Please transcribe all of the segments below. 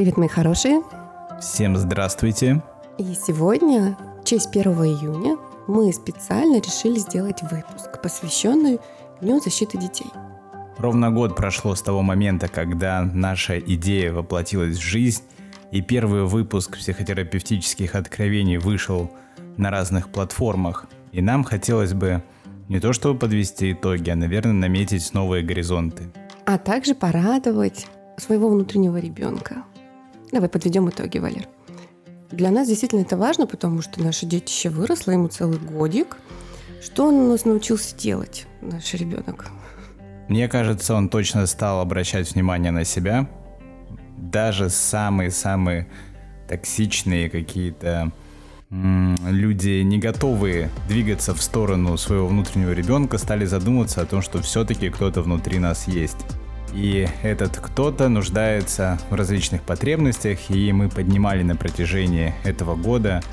Привет, мои хорошие! Всем здравствуйте! И сегодня, в честь 1 июня, мы специально решили сделать выпуск, посвященный Дню защиты детей. Ровно год прошло с того момента, когда наша идея воплотилась в жизнь, и первый выпуск психотерапевтических откровений вышел на разных платформах. И нам хотелось бы не то чтобы подвести итоги, а, наверное, наметить новые горизонты. А также порадовать своего внутреннего ребенка. Давай подведем итоги, Валер. Для нас действительно это важно, потому что наше детище выросло, ему целый годик. Что он у нас научился делать, наш ребенок? Мне кажется, он точно стал обращать внимание на себя. Даже самые-самые токсичные какие-то люди, не готовые двигаться в сторону своего внутреннего ребенка, стали задумываться о том, что все-таки кто-то внутри нас есть. И этот кто-то нуждается в различных потребностях, и мы поднимали на протяжении этого года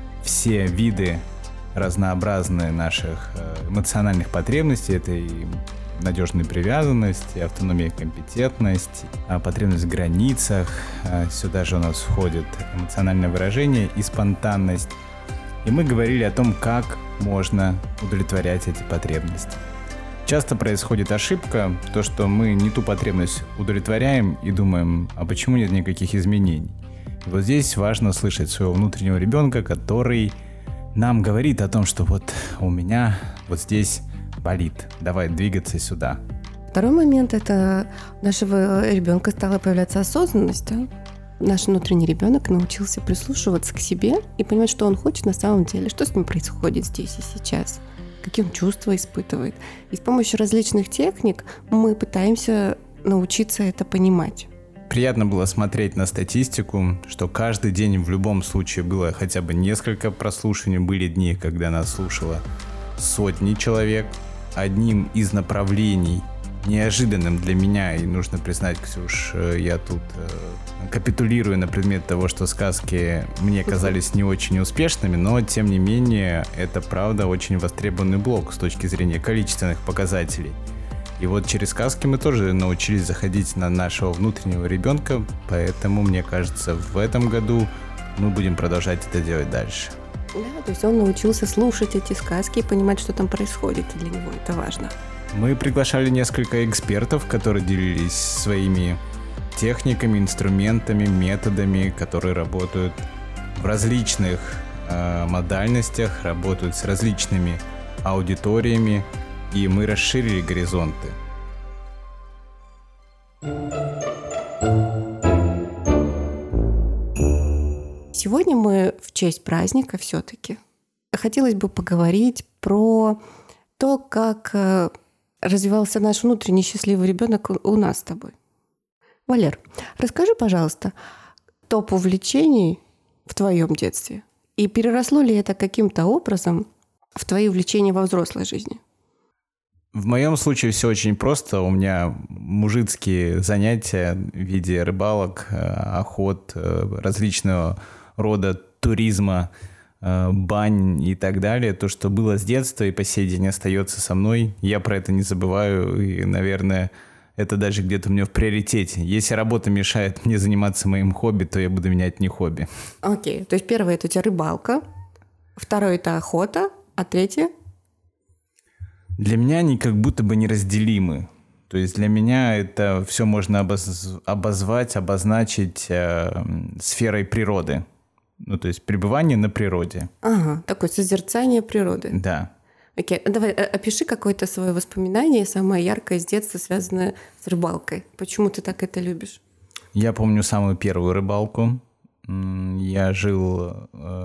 все виды разнообразные наших эмоциональных потребностей. Это и надежная привязанность, и автономия, и компетентность, потребность в границах. Сюда же у нас входит эмоциональное выражение и спонтанность. И мы говорили о том, как можно удовлетворять эти потребности. Часто происходит ошибка, то, что мы не ту потребность удовлетворяем и думаем, а почему нет никаких изменений. И вот здесь важно слышать своего внутреннего ребенка, который нам говорит о том, что вот у меня вот здесь болит, давай двигаться сюда. Второй момент – это у нашего ребенка стала появляться осознанность. Да? Наш внутренний ребенок научился прислушиваться к себе и понимать, что он хочет на самом деле, что с ним происходит здесь и сейчас, какие он чувства испытывает. И с помощью различных техник мы пытаемся научиться это понимать. Приятно было смотреть на статистику, что каждый день в любом случае было хотя бы несколько прослушиваний. Были дни, когда нас слушало сотни человек. Одним из направлений, неожиданным для меня, и нужно признать, Ксюш, я тут капитулирую на предмет того, что сказки мне казались не очень успешными, но тем не менее это правда очень востребованный блог с точки зрения количественных показателей. И вот через сказки мы тоже научились заходить на нашего внутреннего ребенка, поэтому, мне кажется, в этом году мы будем продолжать это делать дальше. Да, то есть он научился слушать эти сказки и понимать, что там происходит, и для него это важно. Мы приглашали несколько экспертов, которые делились своими техниками, инструментами, методами, которые работают в различных модальностях, работают с различными аудиториями, и мы расширили горизонты. Сегодня мы в честь праздника все-таки хотелось бы поговорить про то, как развивался наш внутренний счастливый ребенок у нас с тобой. Валер, расскажи, пожалуйста, топ увлечений в твоем детстве. И переросло ли это каким-то образом в твои увлечения во взрослой жизни? В моем случае все очень просто. У меня мужицкие занятия в виде рыбалок, охот, различного рода туризма, бань и так далее. То, что было с детства и по сей день остается со мной, я про это не забываю. И, наверное, это даже где-то у меня в приоритете. Если работа мешает мне заниматься моим хобби, то я буду менять не хобби. Окей. То есть первое – это у тебя рыбалка, второе – это охота, а третье? Для меня они как будто бы неразделимы. То есть для меня это все можно обозначить сферой природы. Ну, то есть пребывание на природе. Ага, такое созерцание природы. Да. Окей, давай опиши какое-то свое воспоминание, самое яркое с детства, связанное с рыбалкой. Почему ты так это любишь? Я помню самую первую рыбалку. Я жил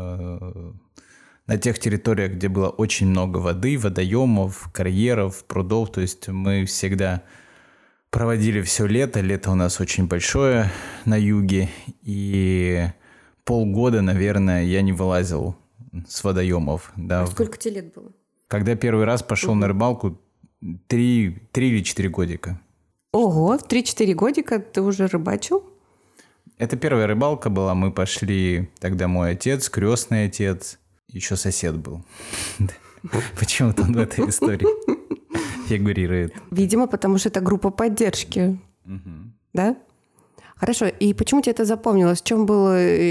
на тех территориях, где было очень много воды, водоемов, карьеров, прудов. То есть мы всегда проводили все лето. Лето у нас очень большое на юге. И полгода, наверное, я не вылазил с водоемов. Да. А сколько тебе лет было? Когда первый раз пошел на рыбалку, 3 или 4 годика. Ого, в 3-4 годика ты уже рыбачил? Это первая рыбалка была. Мы пошли, тогда мой отец, крестный отец, еще сосед был. Почему-то он в этой истории фигурирует. Видимо, потому что это группа поддержки. Да? Хорошо, и почему тебе это запомнилось? В чем был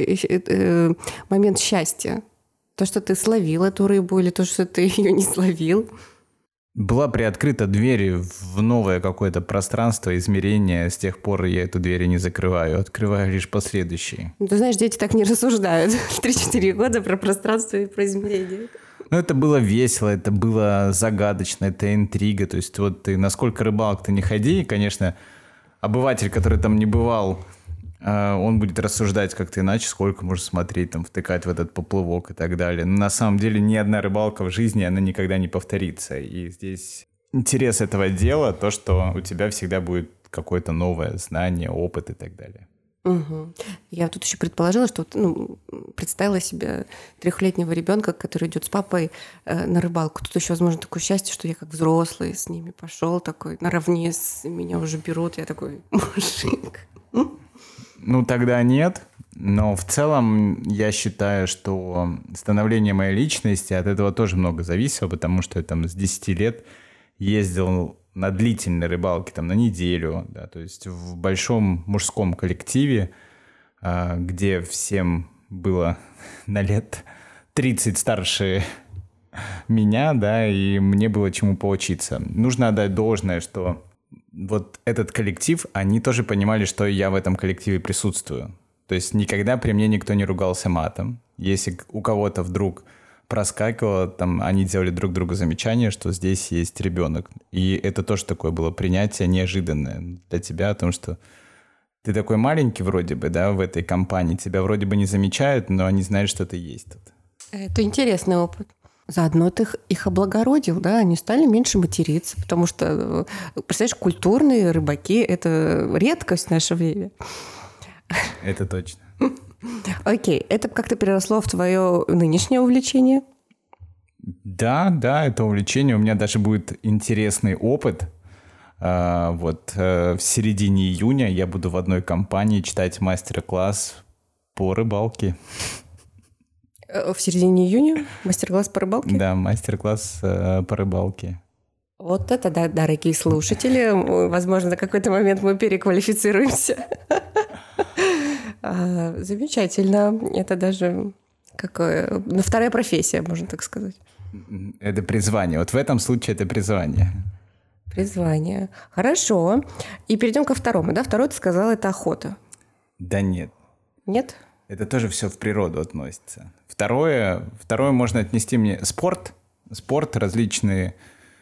момент счастья? То, что ты словил эту рыбу, или то, что ты ее не словил? Была приоткрыта дверь в новое какое-то пространство, измерение. С тех пор я эту дверь не закрываю, открываю лишь последующие. Ну, ты знаешь, дети так не рассуждают в 3-4 года про пространство и про измерение. Ну, это было весело, это было загадочно, это интрига. То есть вот ты насколько рыбалок ты не ходи, конечно, обыватель, который там не бывал, он будет рассуждать как-то иначе, сколько можно смотреть, там, втыкать в этот поплывок и так далее. Но на самом деле ни одна рыбалка в жизни, она никогда не повторится. И здесь интерес этого дела, то, что у тебя всегда будет какое-то новое знание, опыт и так далее. Угу. Я тут еще предположила, что представила себе 3-летнего ребенка, который идет с папой на рыбалку. Тут еще, возможно, такое счастье, что я как взрослый с ними пошел такой наравне, меня уже берут, я такой мужик. Ну, тогда нет. Но в целом я считаю, что становление моей личности от этого тоже много зависело, потому что я там с 10 лет ездил на длительной рыбалке, там, на неделю, да, то есть в большом мужском коллективе, где всем было на лет 30 старше меня, да, и мне было чему поучиться. Нужно отдать должное, что вот этот коллектив, они тоже понимали, что я в этом коллективе присутствую. То есть никогда при мне никто не ругался матом. Если у кого-то вдруг проскакивало, там, они делали друг другу замечание, что здесь есть ребенок. И это тоже такое было принятие неожиданное для тебя, о том, что ты такой маленький вроде бы, да, в этой компании, тебя вроде бы не замечают, но они знают, что ты есть тут. Это интересный опыт. Заодно ты их облагородил, да, они стали меньше материться, потому что, представляешь, культурные рыбаки – это редкость в наше время. Это точно. Окей, это как-то переросло в твое нынешнее увлечение? Да, это увлечение. У меня даже будет интересный опыт. Вот в середине июня я буду в одной компании читать мастер-класс по рыбалке. В середине июня? Мастер-класс по рыбалке? Да, мастер-класс по рыбалке. Вот это, да, дорогие слушатели. Возможно, на какой-то момент мы переквалифицируемся. Замечательно. Это даже вторая профессия, можно так сказать. Это призвание. Вот в этом случае это призвание. Призвание. Хорошо. И перейдем ко второму. Да? Второй, ты сказал, это охота. Да нет. Нет? Это тоже все в природу относится. Второе можно отнести мне спорт. Спорт, различные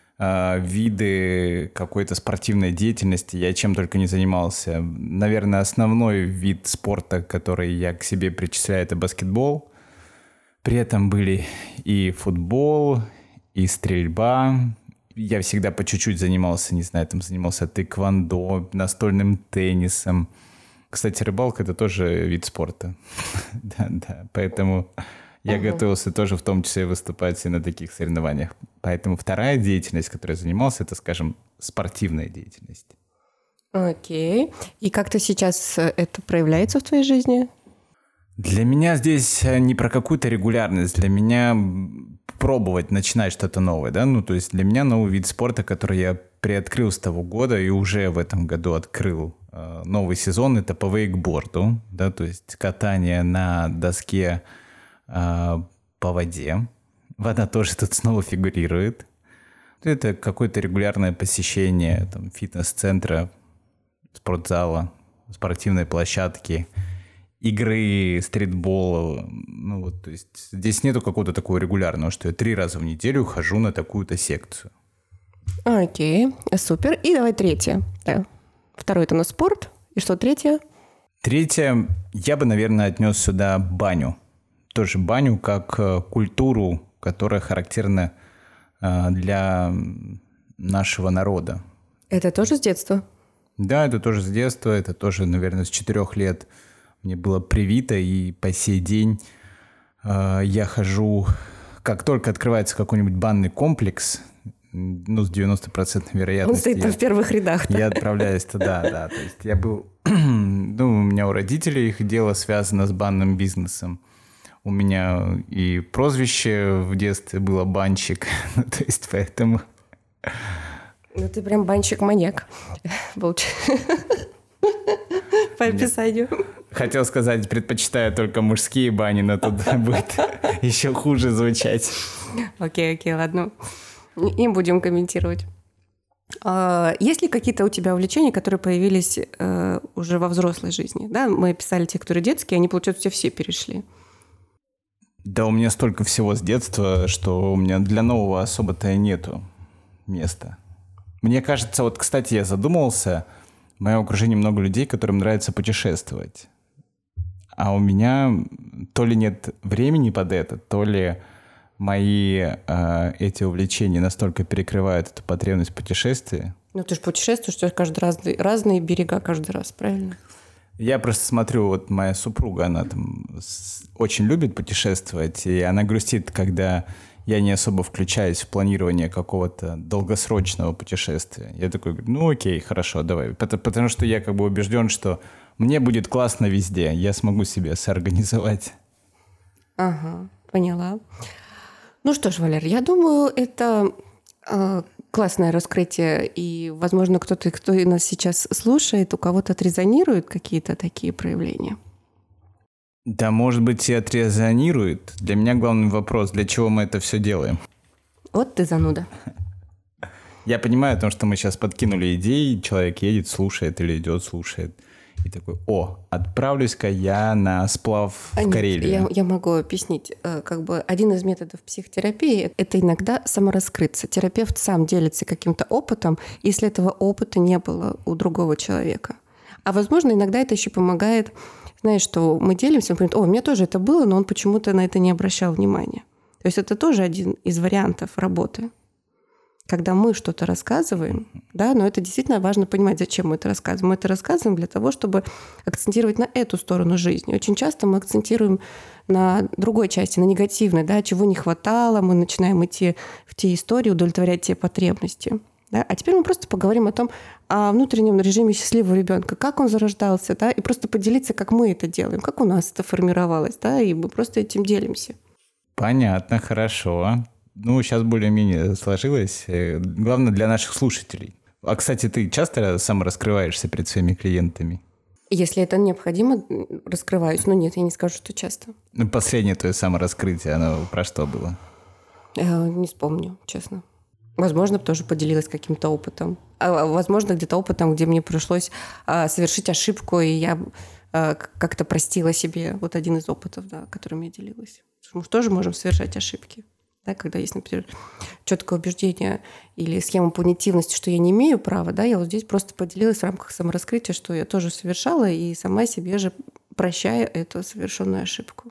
виды какой-то спортивной деятельности. Я чем только не занимался. Наверное, основной вид спорта, который я к себе причисляю, это баскетбол. При этом были и футбол, и стрельба. Я всегда по чуть-чуть занимался, не знаю, там занимался тэквондо, настольным теннисом. Кстати, рыбалка – это тоже вид спорта. Да, поэтому я готовился тоже в том числе выступать и на таких соревнованиях. Поэтому вторая деятельность, которой я занимался, это, скажем, спортивная деятельность. Окей. И как-то сейчас это проявляется в твоей жизни? Для меня здесь не про какую-то регулярность. Для меня пробовать, начинать что-то новое. Да? Ну, то есть для меня новый вид спорта, который я приоткрыл с того года и уже в этом году открыл новый сезон, это по вейкборду. Да? То есть катание на доске по воде. Вода тоже тут снова фигурирует. Это какое-то регулярное посещение там, фитнес-центра, спортзала, спортивной площадки, игры, стритбола. Ну, вот, то есть здесь нету какого-то такого регулярного, что я 3 раза в неделю хожу на такую-то секцию. Окей, супер. И давай третье. Да. Второй это у нас спорт. И что третье? Третье, я бы, наверное, отнес сюда баню. Тоже баню как культуру, которая характерна для нашего народа. Это тоже с детства? Да, это тоже с детства. Это тоже, наверное, с 4 лет мне было привито. И по сей день я хожу... Как только открывается какой-нибудь банный комплекс, ну, с 90% вероятностью... Он стоит там в первых рядах. Я отправляюсь туда, да. То есть я был... Ну, у меня у родителей их дело связано с банным бизнесом. У меня и прозвище в детстве было «банщик». То есть поэтому... Ну, ты прям банщик-маньяк. по описанию. Хотел сказать, предпочитаю только мужские бани, но тут будет еще хуже звучать. Окей, ладно. Не будем комментировать. Есть ли какие-то у тебя увлечения, которые появились уже во взрослой жизни? Да, мы описали те, которые детские, они, получается, у тебя все перешли. Да, у меня столько всего с детства, что у меня для нового особо-то и нету места. Мне кажется, вот, кстати, я задумывался, в моем окружении много людей, которым нравится путешествовать. А у меня то ли нет времени под это, то ли мои эти увлечения настолько перекрывают эту потребность в путешествии. Ну, ты же путешествуешь, у тебя каждый разные берега каждый раз, правильно? Я просто смотрю, вот моя супруга, она там очень любит путешествовать, и она грустит, когда я не особо включаюсь в планирование какого-то долгосрочного путешествия. Я такой говорю, ну окей, хорошо, давай. Потому что я как бы убежден, что мне будет классно везде, я смогу себе соорганизовать. Ага, поняла. Ну что ж, Валер, я думаю, это классное раскрытие, и, возможно, кто нас сейчас слушает, у кого-то отрезонируют какие-то такие проявления. Да, может быть, и отрезонирует. Для меня главный вопрос, для чего мы это все делаем? Вот ты зануда. Я понимаю, потому что мы сейчас подкинули идеи, человек едет, слушает или идет, слушает. И такой, отправлюсь-ка я на сплав в Карелию. Я могу объяснить. Как бы один из методов психотерапии – это иногда самораскрыться. Терапевт сам делится каким-то опытом, если этого опыта не было у другого человека. А, возможно, иногда это еще помогает, знаешь, что мы делимся, он говорит, у меня тоже это было, но он почему-то на это не обращал внимания. То есть это тоже один из вариантов работы. Когда мы что-то рассказываем, да, но это действительно важно понимать, зачем мы это рассказываем. Мы это рассказываем для того, чтобы акцентировать на эту сторону жизни. Очень часто мы акцентируем на другой части, на негативной, да, чего не хватало, мы начинаем идти в те истории, удовлетворять те потребности. Да? А теперь мы просто поговорим о внутреннем режиме счастливого ребенка, как он зарождался, да, и просто поделиться, как мы это делаем, как у нас это формировалось, да, и мы просто этим делимся. Понятно, хорошо. Ну, сейчас более-менее сложилось. Главное для наших слушателей. А, кстати, ты часто самораскрываешься перед своими клиентами? Если это необходимо, раскрываюсь. Но нет, я не скажу, что часто. Ну, последнее твое самораскрытие, оно про что было? Не вспомню, честно. Возможно, тоже поделилась каким-то опытом. А возможно, где-то опытом, где мне пришлось совершить ошибку, и я как-то простила себе. Вот один из опытов, да, которым я делилась. Мы тоже можем совершать ошибки. Да, когда есть, например, четкое убеждение или схема пунитивности, что я не имею права, да, я вот здесь просто поделилась в рамках самораскрытия, что я тоже совершала, и сама себе же прощаю эту совершенную ошибку.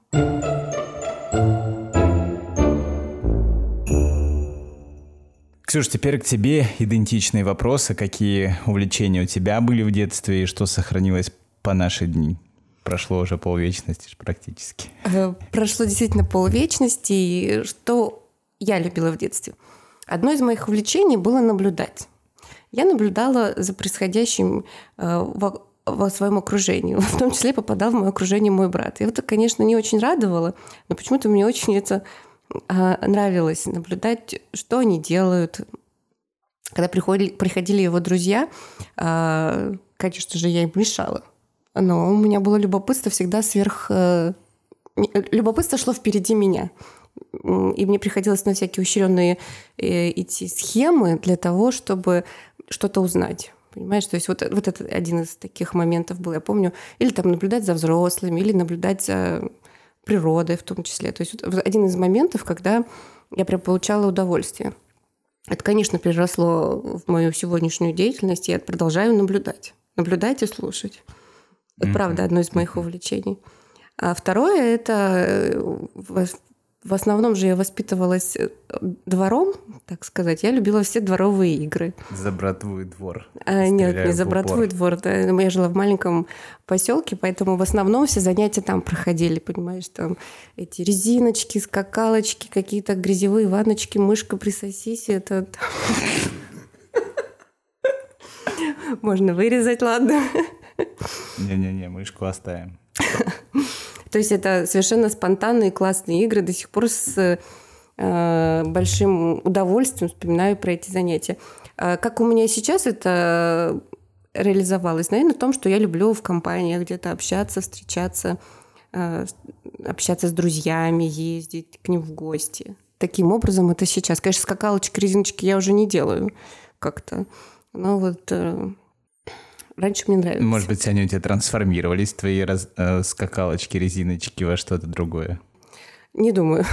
Ксюш, теперь к тебе идентичные вопросы. Какие увлечения у тебя были в детстве и что сохранилось по наши дни? Прошло уже полвечности практически. Прошло действительно полвечности. И что я любила в детстве? Одно из моих увлечений было наблюдать. Я наблюдала за происходящим во своем окружении. В том числе попадал в мое окружение мой брат. И это, конечно, не очень радовало, но почему-то мне очень это нравилось наблюдать, что они делают. Когда приходили его друзья, конечно же, я им мешала. Но у меня было любопытство всегда Любопытство шло впереди меня. И мне приходилось на всякие ухищренные идти схемы для того, чтобы что-то узнать. Понимаешь? То есть вот это один из таких моментов был. Я помню, или там наблюдать за взрослыми, или наблюдать за природой в том числе. То есть вот один из моментов, когда я прям получала удовольствие. Это, конечно, переросло в мою сегодняшнюю деятельность, и я продолжаю наблюдать. Наблюдать и слушать. Это правда одно из моих увлечений. А второе – это в основном же я воспитывалась двором, так сказать. Я любила все дворовые игры. За братву и двор. Нет, не за братву и двор. Да. Я жила в маленьком поселке, поэтому в основном все занятия там проходили, понимаешь, там эти резиночки, скакалочки, какие-то грязевые ванночки, мышка присосись, это... Можно вырезать, ладно? Не-не-не, мышку оставим. То есть это совершенно спонтанные классные игры. До сих пор с большим удовольствием вспоминаю про эти занятия. Как у меня сейчас, это реализовалось? Наверное, в том, что я люблю в компаниях где-то общаться, встречаться, общаться с друзьями, ездить к ним в гости. Таким образом это сейчас. Конечно, скакалочки, резиночки я уже не делаю как-то. Но вот раньше мне нравилось. Может быть, они у тебя трансформировались, твои скакалочки, резиночки, во что-то другое? Не думаю.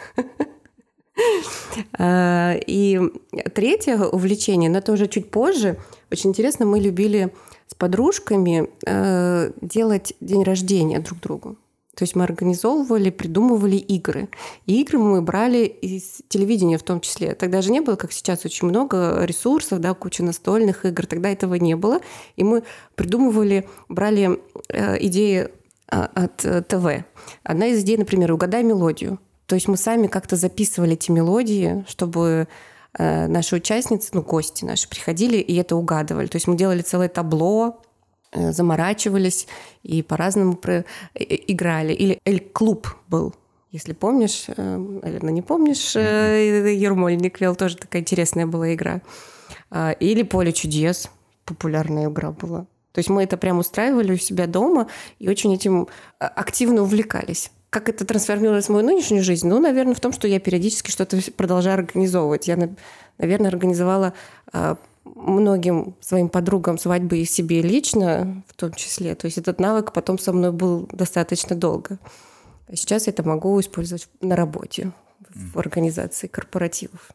И третье увлечение, но это уже чуть позже. Очень интересно, мы любили с подружками делать день рождения друг другу. То есть мы организовывали, придумывали игры. И игры мы брали из телевидения в том числе. Тогда же не было, как сейчас, очень много ресурсов, да, куча настольных игр. Тогда этого не было. И мы придумывали, брали идеи от ТВ. Одна из идей, например, «Угадай мелодию». То есть мы сами как-то записывали эти мелодии, чтобы наши участницы, гости наши приходили и это угадывали. То есть мы делали целое табло, заморачивались и по-разному играли. Или «Эль-клуб» был, если помнишь. Наверное, не помнишь. Ермольник вел, тоже такая интересная была игра. Или «Поле чудес». Популярная игра была. То есть мы это прям устраивали у себя дома и очень этим активно увлекались. Как это трансформировалось в мою нынешнюю жизнь? Наверное, в том, что я периодически что-то продолжаю организовывать. Я, наверное, организовала многим своим подругам свадьбы и себе лично в том числе. То есть этот навык потом со мной был достаточно долго. А сейчас я это могу использовать на работе, в организации корпоративов.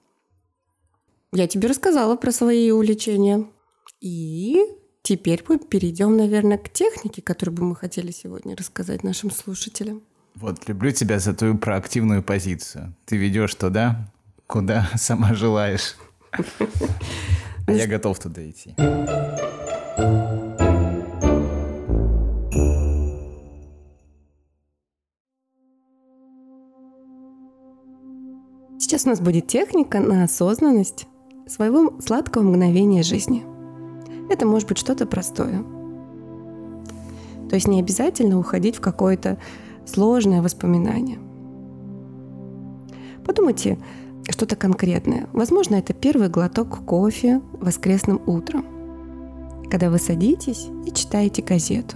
Я тебе рассказала про свои увлечения. И теперь мы перейдем, наверное, к технике, которую бы мы хотели сегодня рассказать нашим слушателям. Вот, люблю тебя за твою проактивную позицию. Ты ведешь туда, куда сама желаешь. А я готов туда идти. Сейчас у нас будет техника на осознанность своего сладкого мгновения жизни. Это может быть что-то простое. То есть не обязательно уходить в какое-то сложное воспоминание. Подумайте что-то конкретное. Возможно, это первый глоток кофе воскресным утром, когда вы садитесь и читаете газету.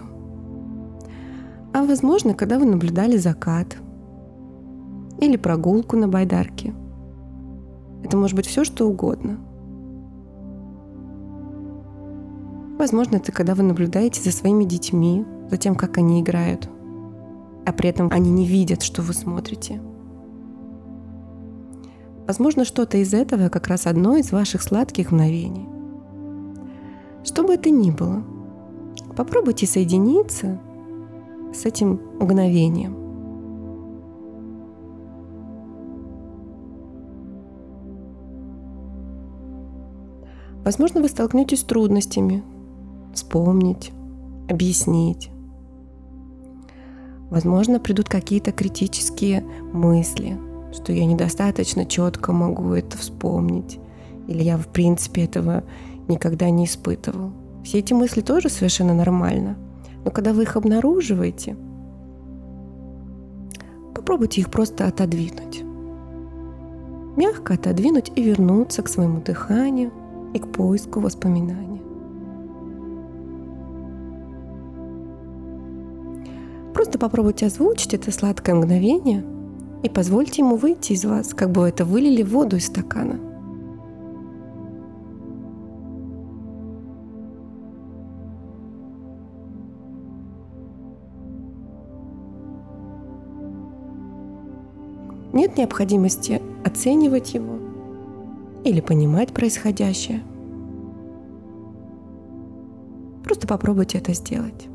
А возможно, когда вы наблюдали закат или прогулку на байдарке. Это может быть все, что угодно. Возможно, это когда вы наблюдаете за своими детьми, за тем, как они играют, а при этом они не видят, что вы смотрите. Возможно, что-то из этого как раз одно из ваших сладких мгновений. Что бы это ни было, попробуйте соединиться с этим мгновением. Возможно, вы столкнетесь с трудностями вспомнить, объяснить. Возможно, придут какие-то критические мысли, что я недостаточно четко могу это вспомнить, или я, в принципе, этого никогда не испытывал. Все эти мысли тоже совершенно нормально. Но когда вы их обнаруживаете, попробуйте их просто отодвинуть. Мягко отодвинуть и вернуться к своему дыханию и к поиску воспоминаний. Просто попробуйте озвучить это сладкое мгновение и позвольте ему выйти из вас, как бы это вылили воду из стакана. Нет необходимости оценивать его или понимать происходящее. Просто попробуйте это сделать.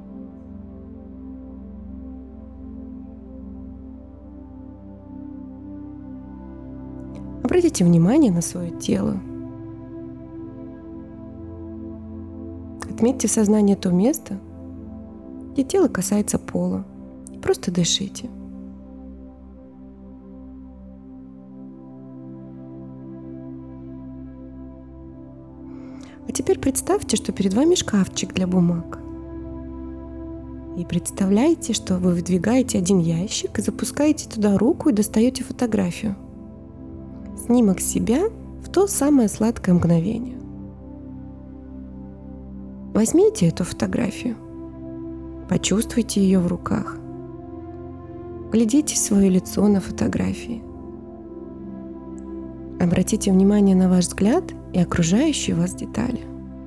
Обратите внимание на свое тело. Отметьте в сознании то место, где тело касается пола. И просто дышите. А теперь представьте, что перед вами шкафчик для бумаг. И представляете, что вы выдвигаете один ящик и запускаете туда руку и достаете фотографию. Снимок себя в то самое сладкое мгновение. Возьмите эту фотографию, почувствуйте ее в руках, глядите в свое лицо на фотографии, обратите внимание на ваш взгляд и окружающие вас детали.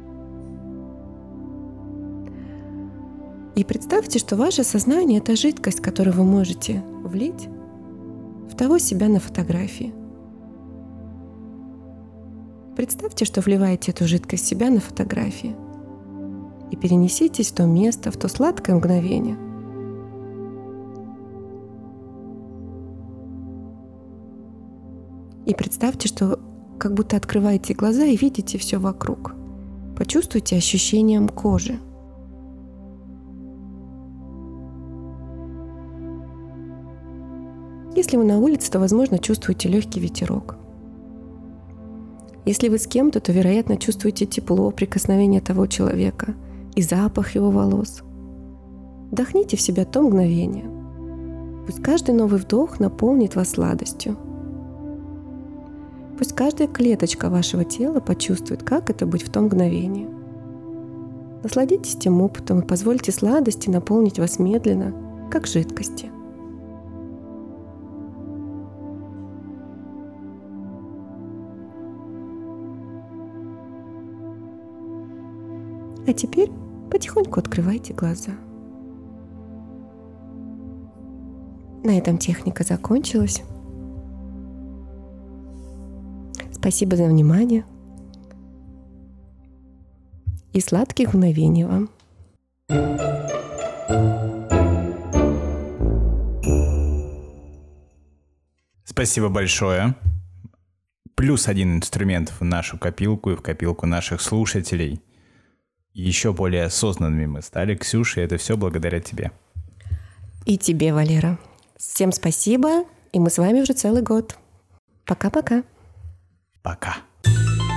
И представьте, что ваше сознание — это жидкость, которую вы можете влить в того себя на фотографии. Представьте, что вливаете эту жидкость в себя на фотографии и перенеситесь в то место, в то сладкое мгновение. И представьте, что как будто открываете глаза и видите все вокруг. Почувствуйте ощущением кожи. Если вы на улице, то, возможно, чувствуете легкий ветерок. Если вы с кем-то, то, вероятно, чувствуете тепло, прикосновение того человека и запах его волос. Вдохните в себя то мгновение. Пусть каждый новый вдох наполнит вас сладостью. Пусть каждая клеточка вашего тела почувствует, как это быть в то мгновение. Насладитесь тем опытом и позвольте сладости наполнить вас медленно, как жидкости. А теперь потихоньку открывайте глаза. На этом техника закончилась. Спасибо за внимание и сладких мгновений вам. Спасибо большое. Плюс один инструмент в нашу копилку и в копилку наших слушателей. Еще более осознанными мы стали, Ксюша, и это все благодаря тебе. И тебе, Валера. Всем спасибо, и мы с вами уже целый год. Пока-пока. Пока.